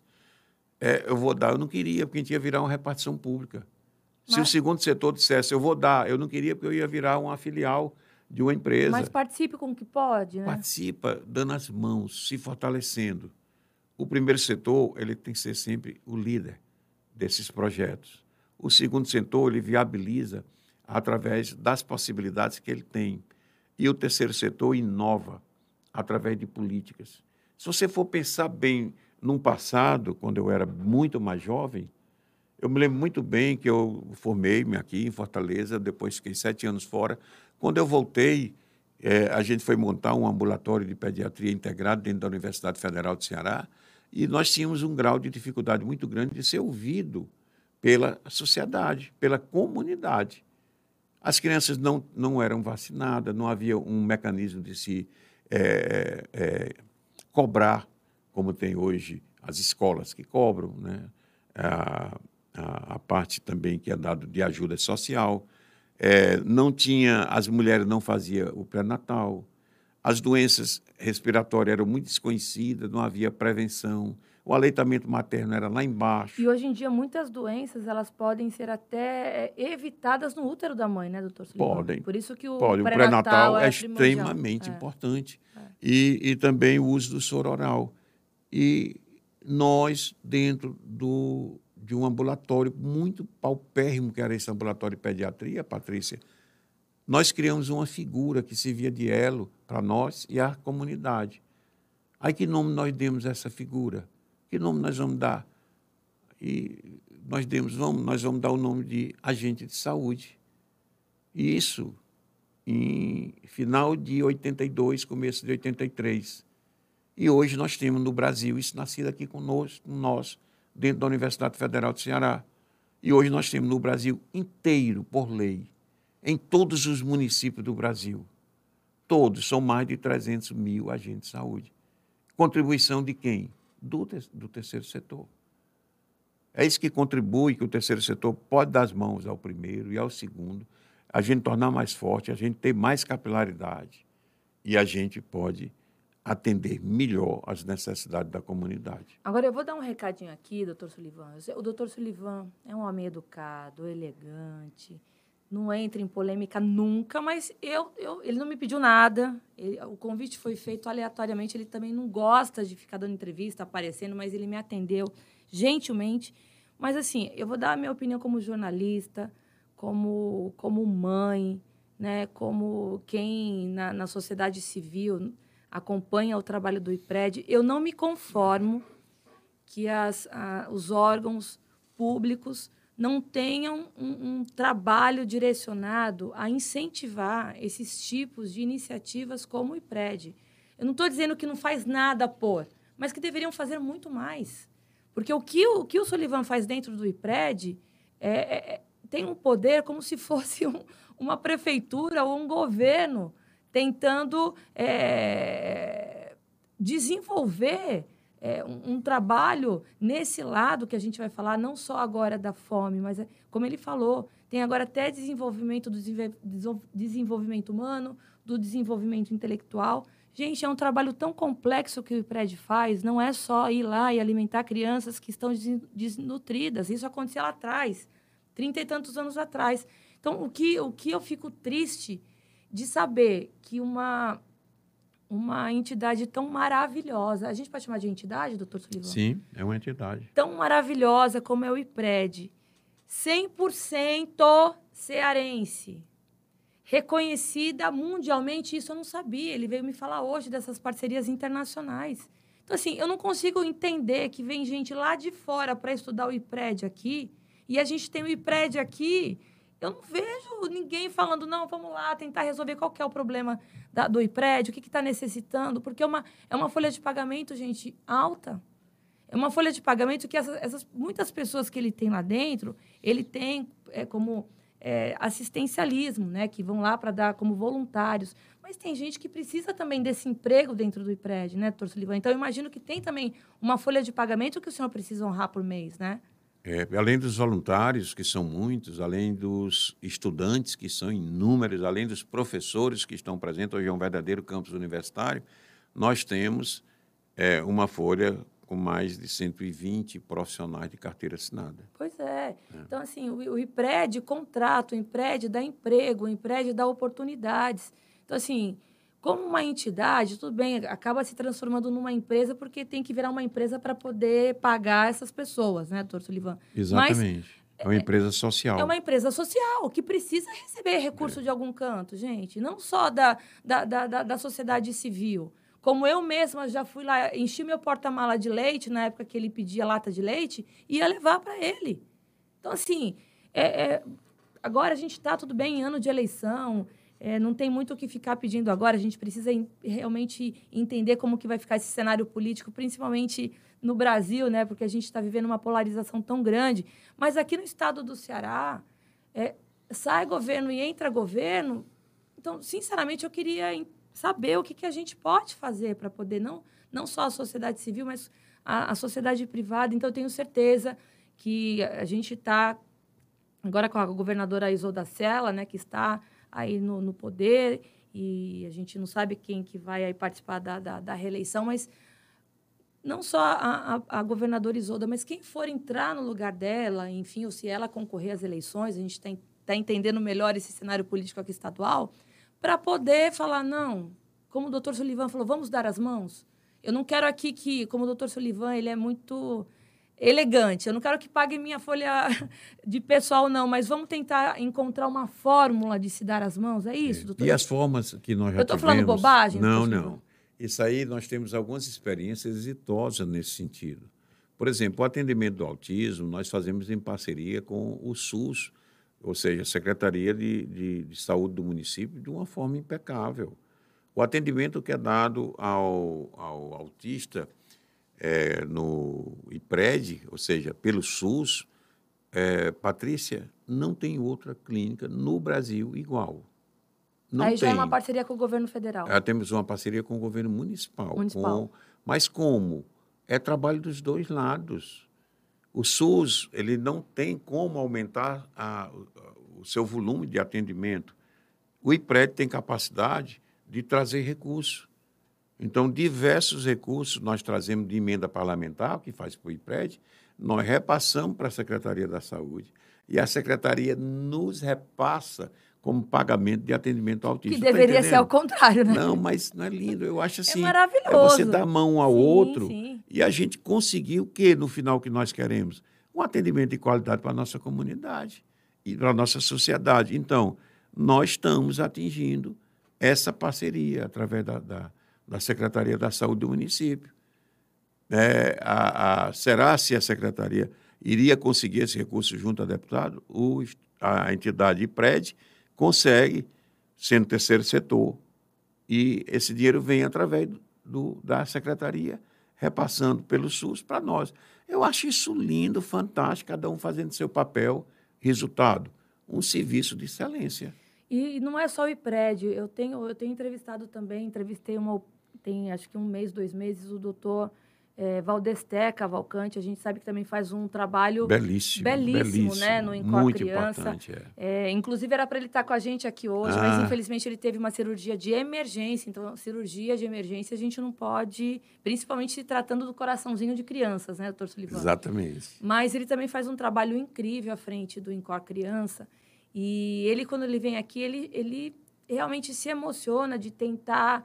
É, eu vou dar, eu não queria, porque a gente ia virar uma repartição pública. Mas... Se o segundo setor dissesse, eu vou dar, eu não queria, porque eu ia virar uma filial de uma empresa. Mas participe com o que pode, né? Participa, dando as mãos, se fortalecendo. O primeiro setor, ele tem que ser sempre o líder desses projetos. O segundo setor, ele viabiliza através das possibilidades que ele tem. E o terceiro setor inova através de políticas. Se você for pensar bem num passado, quando eu era muito mais jovem, Eu me lembro muito bem que eu formei-me aqui em Fortaleza, depois fiquei sete anos fora. Quando eu voltei, eh, a gente foi montar um ambulatório de pediatria integrado dentro da Universidade Federal do Ceará e nós tínhamos um grau de dificuldade muito grande de ser ouvido pela sociedade, pela comunidade. As crianças não, não eram vacinadas, não havia um mecanismo de se é, é, cobrar, como tem hoje as escolas que cobram, né? a, a, a parte também que é dada de ajuda social. É, não tinha, as mulheres não faziam o pré-natal, as doenças respiratórias eram muito desconhecidas, não havia prevenção, o aleitamento materno era lá embaixo. E hoje em dia, muitas doenças, elas podem ser até evitadas no útero da mãe, né, doutor Sullivan? Podem. Por isso que o Pode. pré-natal, o pré-natal é, é extremamente é. importante. É. E, e também o uso do soro oral. E nós, dentro do, de um ambulatório muito paupérrimo, que era esse ambulatório de pediatria, Patrícia, nós criamos uma figura que servia de elo para nós e a comunidade. Aí que nome nós demos a essa figura? Que nome nós vamos dar? E nós demos, vamos, nós vamos dar o nome de agente de saúde. E isso em final de oitenta e dois, começo de oitenta e três. E hoje nós temos no Brasil, isso nascido aqui conosco, nós, dentro da Universidade Federal do Ceará. E hoje nós temos no Brasil inteiro, por lei, em todos os municípios do Brasil. Todos, são mais de trezentos mil agentes de saúde. Contribuição de quem? Do, do terceiro setor. É isso que contribui, que o terceiro setor pode dar as mãos ao primeiro e ao segundo, a gente tornar mais forte, a gente ter mais capilaridade e a gente pode atender melhor as necessidades da comunidade. Agora, eu vou dar um recadinho aqui, doutor Sullivan. O doutor Sullivan é um homem educado, elegante, não entra em polêmica nunca, mas eu, eu, ele não me pediu nada. Ele, o convite foi feito aleatoriamente. Ele também não gosta de ficar dando entrevista, aparecendo, mas ele me atendeu gentilmente. Mas, assim, eu vou dar a minha opinião como jornalista, como, como mãe, né, como quem na, na sociedade civil acompanha o trabalho do IPRED. Eu não me conformo que as, a, os órgãos públicos não tenham um, um trabalho direcionado a incentivar esses tipos de iniciativas como o IPRED. Eu não estou dizendo que não faz nada por, mas que deveriam fazer muito mais. Porque o que o, o, que o Sullivan faz dentro do IPRED é, é, tem um poder como se fosse um, uma prefeitura ou um governo tentando é, desenvolver É, um, um trabalho nesse lado que a gente vai falar, não só agora da fome, mas, é, como ele falou, tem agora até desenvolvimento do desenvolvimento humano, do desenvolvimento intelectual. Gente, é um trabalho tão complexo que o IPRED faz, não é só ir lá e alimentar crianças que estão desnutridas. Isso acontecia lá atrás, trinta e tantos anos atrás. Então, o que, o que eu fico triste de saber que uma... uma entidade tão maravilhosa. A gente pode chamar de entidade, doutor Sullivan? Sim, é uma entidade. Tão maravilhosa como é o IPRED. cem por cento cearense. Reconhecida mundialmente, isso eu não sabia. Ele veio me falar hoje dessas parcerias internacionais. Então, assim, eu não consigo entender que vem gente lá de fora para estudar o IPRED aqui, e a gente tem o IPRED aqui. Eu não vejo ninguém falando, não, vamos lá tentar resolver qual que é o problema da, do IPRED, o que está necessitando, porque é uma, é uma folha de pagamento, gente, alta. É uma folha de pagamento que essas, essas muitas pessoas que ele tem lá dentro, ele tem é, como é, assistencialismo, né, que vão lá para dar como voluntários. Mas tem gente que precisa também desse emprego dentro do IPRED, né, doutor Sullivan? Então, eu imagino que tem também uma folha de pagamento que o senhor precisa honrar por mês, né? É, além dos voluntários, que são muitos, além dos estudantes, que são inúmeros, além dos professores que estão presentes, hoje é um verdadeiro campus universitário, nós temos é, uma folha com mais de cento e vinte profissionais de carteira assinada. Pois é. é. Então, assim, o, o IPRED contrata, o IPRED dá emprego, o IPRED dá oportunidades. Então, assim, como uma entidade, tudo bem, acaba se transformando numa empresa porque tem que virar uma empresa para poder pagar essas pessoas, né, doutor Sullivan? Exatamente. Mas, é uma empresa social. É uma empresa social que precisa receber recurso é. de algum canto, gente. Não só da, da, da, da sociedade civil. Como eu mesma já fui lá, enchi meu porta-mala de leite, na época que ele pedia lata de leite, e ia levar para ele. Então, assim, é, é, agora a gente está tudo bem em ano de eleição, é, não tem muito o que ficar pedindo agora, a gente precisa em, realmente entender como que vai ficar esse cenário político, principalmente no Brasil, né? Porque a gente está vivendo uma polarização tão grande. Mas aqui no estado do Ceará, é, sai governo e entra governo. Então, sinceramente, eu queria saber o que, que a gente pode fazer para poder, não, não só a sociedade civil, mas a, a sociedade privada. Então, eu tenho certeza que a gente está, agora com a governadora Isolda Sela, né, que está aí no, no poder, e a gente não sabe quem que vai aí participar da, da, da reeleição, mas não só a, a, a governadora Isolda, mas quem for entrar no lugar dela, enfim, ou se ela concorrer às eleições, a gente está tá entendendo melhor esse cenário político aqui estadual, para poder falar, não, como o doutor Sullivan falou, vamos dar as mãos. Eu não quero aqui que, como o doutor Sullivan, ele é muito elegante, eu não quero que pague minha folha de pessoal, não, mas vamos tentar encontrar uma fórmula de se dar as mãos, é isso, É. doutor? E as formas que nós já eu estou tivemos... falando bobagem? Não, não. Isso aí nós temos algumas experiências exitosas nesse sentido. Por exemplo, o atendimento do autismo nós fazemos em parceria com o SUS, ou seja, a Secretaria de, de, de Saúde do município, de uma forma impecável. O atendimento que é dado ao, ao autista é, no IPRED, ou seja, pelo SUS, é, Patrícia, não tem outra clínica no Brasil igual. Não Aí já tem. é uma parceria com o governo federal. Já temos uma parceria com o governo municipal. Municipal. Com, mas como? É trabalho dos dois lados. O SUS ele não tem como aumentar a, o seu volume de atendimento. O IPRED tem capacidade de trazer recursos. Então, diversos recursos nós trazemos de emenda parlamentar, que faz para o IPRED, nós repassamos para a Secretaria da Saúde e a Secretaria nos repassa como pagamento de atendimento ao autismo. Que deveria ser ao contrário, né? Não, mas não é lindo. Eu acho assim... É maravilhoso. É você dar mão um ao sim, outro sim. e a gente conseguir o quê no final que nós queremos? Um atendimento de qualidade para a nossa comunidade e para a nossa sociedade. Então, nós estamos atingindo essa parceria através da, da, da Secretaria da Saúde do município. É, a, a, será se a Secretaria iria conseguir esse recurso junto a deputado? O, a entidade IPRED consegue, sendo terceiro setor, e esse dinheiro vem através do, da Secretaria, repassando pelo SUS para nós. Eu acho isso lindo, fantástico, cada um fazendo seu papel, resultado, um serviço de excelência. E não é só o IPRED, eu tenho, eu tenho entrevistado também, entrevistei uma, tem acho que um mês, dois meses, o doutor é, Valdesté Cavalcante, a gente sabe que também faz um trabalho belíssimo, belíssimo, belíssimo né, no Incor muito Criança. Importante, é. É, inclusive era para ele estar com a gente aqui hoje, ah. mas infelizmente ele teve uma cirurgia de emergência, então cirurgia de emergência a gente não pode, principalmente se tratando do coraçãozinho de crianças, né, doutor Sullivan? Exatamente. Mas ele também faz um trabalho incrível à frente do Incor Criança. E ele, quando ele vem aqui, ele, ele realmente se emociona de tentar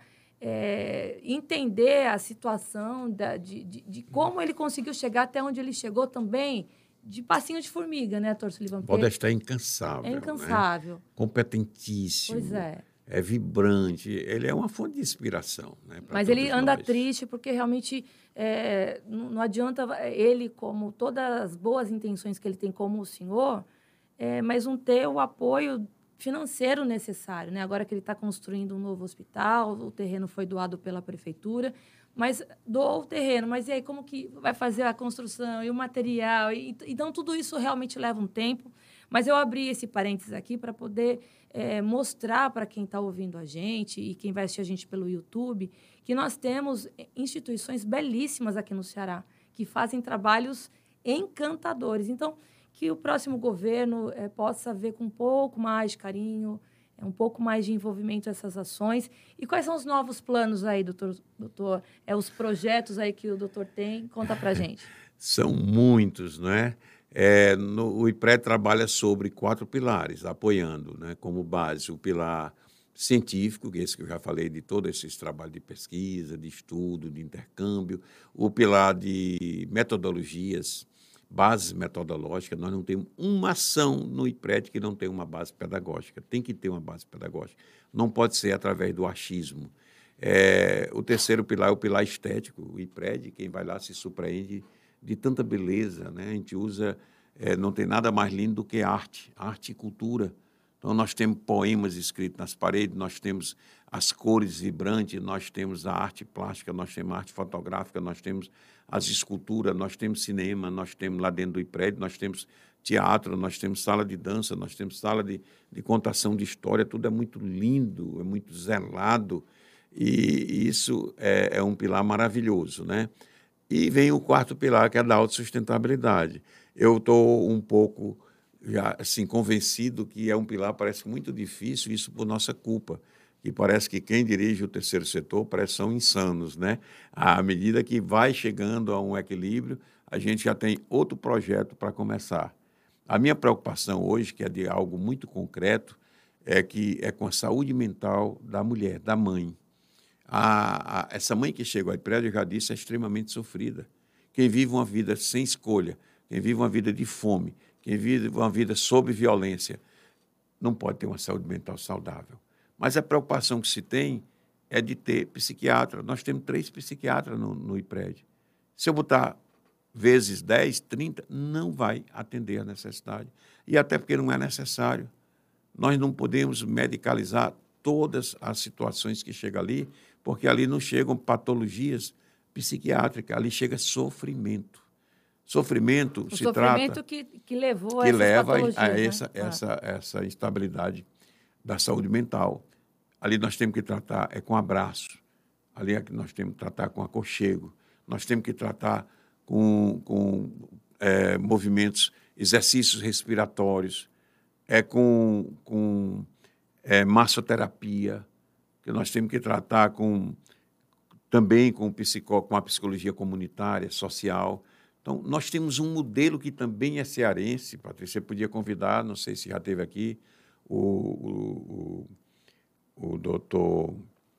é, entender a situação, da, de, de, de como ele conseguiu chegar até onde ele chegou também, de passinho de formiga, né, doutor Sullivan? Pode estar incansável. É incansável. Né? Competentíssimo. Pois é. É vibrante. Ele é uma fonte de inspiração. Né, Mas ele anda nós. triste porque realmente é, não, não adianta ele, como todas as boas intenções que ele tem como o senhor... É, mas não ter o apoio financeiro necessário, né? Agora que ele está construindo um novo hospital, o terreno foi doado pela prefeitura, mas doou o terreno, mas e aí como que vai fazer a construção e o material? E, então, tudo isso realmente leva um tempo, mas eu abri esse parênteses aqui para poder é, mostrar para quem está ouvindo a gente e quem vai assistir a gente pelo YouTube que nós temos instituições belíssimas aqui no Ceará que fazem trabalhos encantadores. Então, que o próximo governo é, possa ver com um pouco mais de carinho, é, um pouco mais de envolvimento nessas ações. E quais são os novos planos aí, doutor? doutor? É, os projetos aí que o doutor tem? Conta para a gente. São muitos, não é? é no, o IPRED trabalha sobre quatro pilares, apoiando, né, como base o pilar científico, que é esse que eu já falei, de todo esse trabalho de pesquisa, de estudo, de intercâmbio, o pilar de metodologias, bases metodológicas. Nós não temos uma ação no IPRED que não tem uma base pedagógica. Tem que ter uma base pedagógica. Não pode ser através do achismo. É, o terceiro pilar é o pilar estético. O IPRED, quem vai lá se surpreende de tanta beleza, né? A gente usa é, não tem nada mais lindo do que arte, arte e cultura. Então, nós temos poemas escritos nas paredes, nós temos as cores vibrantes, nós temos a arte plástica, nós temos a arte fotográfica, nós temos as esculturas, nós temos cinema, nós temos lá dentro do prédio, nós temos teatro, nós temos sala de dança, nós temos sala de, de contação de história, tudo é muito lindo, é muito zelado, e isso é, é um pilar maravilhoso, né? E vem o quarto pilar, que é da autossustentabilidade. Eu estou um pouco já, assim, convencido que é um pilar, parece muito difícil, isso por nossa culpa, que parece que quem dirige o terceiro setor parece que são insanos, né? À medida que vai chegando a um equilíbrio, a gente já tem outro projeto para começar. A minha preocupação hoje, que é de algo muito concreto, é que é com a saúde mental da mulher, da mãe. A, a, essa mãe que chegou ao prédio, eu já disse, é extremamente sofrida. Quem vive uma vida sem escolha, quem vive uma vida de fome, quem vive uma vida sob violência, não pode ter uma saúde mental saudável. Mas a preocupação que se tem é de ter psiquiatra. Nós temos três psiquiatras no, no I P R E D. Se eu botar vezes dez, trinta, não vai atender a necessidade. E até porque não é necessário. Nós não podemos medicalizar todas as situações que chegam ali, porque ali não chegam patologias psiquiátricas, ali chega sofrimento. Sofrimento o se sofrimento trata... que, que levou a que essas leva patologias, a né? essa, Ah. essa, essa instabilidade da saúde mental. Ali nós temos que tratar é com abraço, ali é que nós temos que tratar com aconchego, nós temos que tratar com, com é, movimentos, exercícios respiratórios, é com, com é, massoterapia, que nós temos que tratar com, também com, psicó, com a psicologia comunitária, social. Então, nós temos um modelo que também é cearense, Patrícia, você podia convidar, não sei se já esteve aqui, o, o, o, o doutor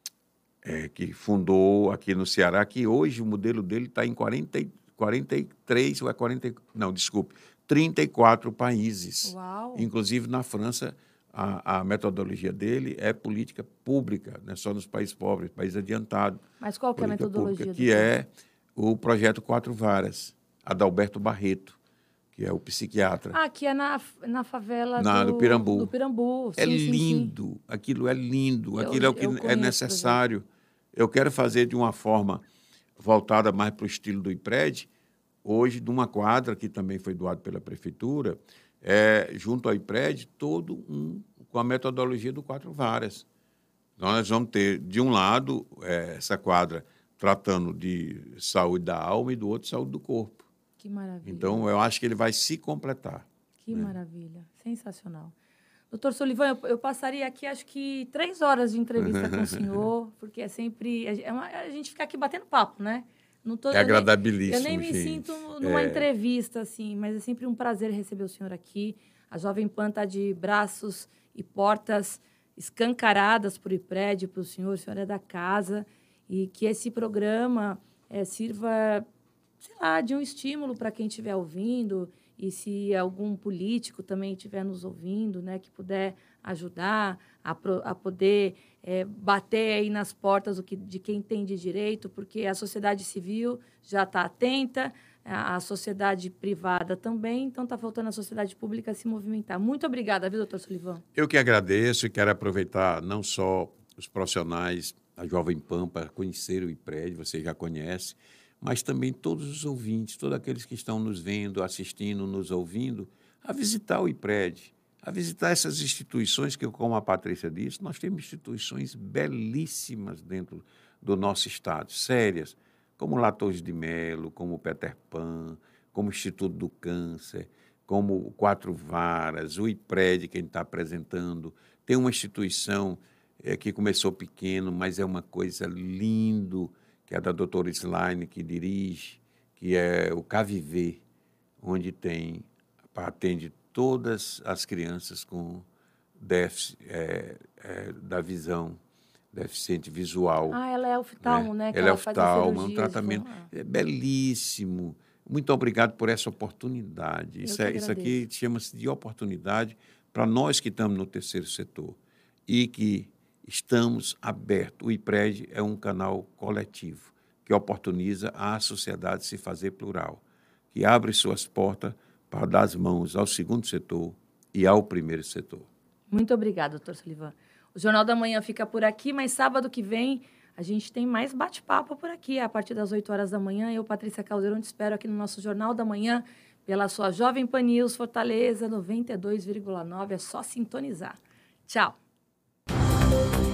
é, que fundou aqui no Ceará, que hoje o modelo dele está em quarenta, quarenta e três, ou é quarenta, não, desculpe, trinta e quatro países. Uau. Inclusive, na França, a, a metodologia dele é política pública, não é só nos países pobres, países adiantados. Mas qual que é a metodologia? Pública, que é o projeto Quatro Varas, Adalberto Barreto, que é o psiquiatra. Ah, que é na, na favela na, do, do Pirambu. do Pirambu. É Sim, sim, lindo, sim. aquilo é lindo, Eu- aquilo é o que eu é conheço, necessário. Eu quero fazer de uma forma voltada mais para o estilo do I P R E D, hoje, de uma quadra, que também foi doada pela Prefeitura, é, junto ao I P R E D, todo um, com a metodologia do Quatro Varas. Nós vamos ter, de um lado, é, essa quadra tratando de saúde da alma e do outro, saúde do corpo. Que maravilha. Então, eu acho que ele vai se completar. Que né? maravilha. Sensacional. Doutor Solivan, eu, eu passaria aqui, acho que, três horas de entrevista com o senhor, porque é sempre... É uma, a gente fica aqui batendo papo, né? Não tô, É eu nem- agradabilíssimo, Eu nem me gente. sinto numa É. entrevista, assim, mas é sempre um prazer receber o senhor aqui. A Jovem Pan está de braços e portas escancaradas para o I P R E D, para o senhor. O senhor é da casa. E que esse programa eh, sirva, sei lá, de um estímulo para quem estiver ouvindo. E se algum político também estiver nos ouvindo, né, que puder ajudar a, pro, a poder é, bater aí nas portas do que, de quem tem de direito, porque a sociedade civil já está atenta, a, a sociedade privada também, então está faltando a sociedade pública se movimentar. Muito obrigada, viu, doutor Solivan? Eu que agradeço e quero aproveitar não só os profissionais da Jovem Pan para conhecer o I P R E D, você já conhece, mas também todos os ouvintes, todos aqueles que estão nos vendo, assistindo, nos ouvindo, a visitar o I P R E D, a visitar essas instituições que, como a Patrícia disse, nós temos instituições belíssimas dentro do nosso estado, sérias, como o La Torre de Melo, como o Peter Pan, como o Instituto do Câncer, como o Quatro Varas, o I P R E D que a gente está apresentando. Tem uma instituição é, que começou pequeno, mas é uma coisa lindo, que é da doutora Slaine, que dirige, que é o Caviver, onde tem, atende todas as crianças com déficit é, é, da visão, deficiente visual. Ah, ela é oftalmo, né? Que Ela é faz as oftalmo, é um cirurgias, tratamento então, ah. é belíssimo. Muito obrigado por essa oportunidade. Eu Isso, que é, isso aqui chama-se de oportunidade para nós que estamos no terceiro setor e que estamos abertos. O I P R E D é um canal coletivo que oportuniza a sociedade se fazer plural, que abre suas portas para dar as mãos ao segundo setor e ao primeiro setor. Muito obrigada, doutor Sullivan. O Jornal da Manhã fica por aqui, mas sábado que vem a gente tem mais bate-papo por aqui, a partir das oito horas da manhã. Eu, Patrícia Caldeirão, te espero aqui no nosso Jornal da Manhã, pela sua Jovem Pan News Fortaleza noventa e dois vírgula nove. É só sintonizar. Tchau.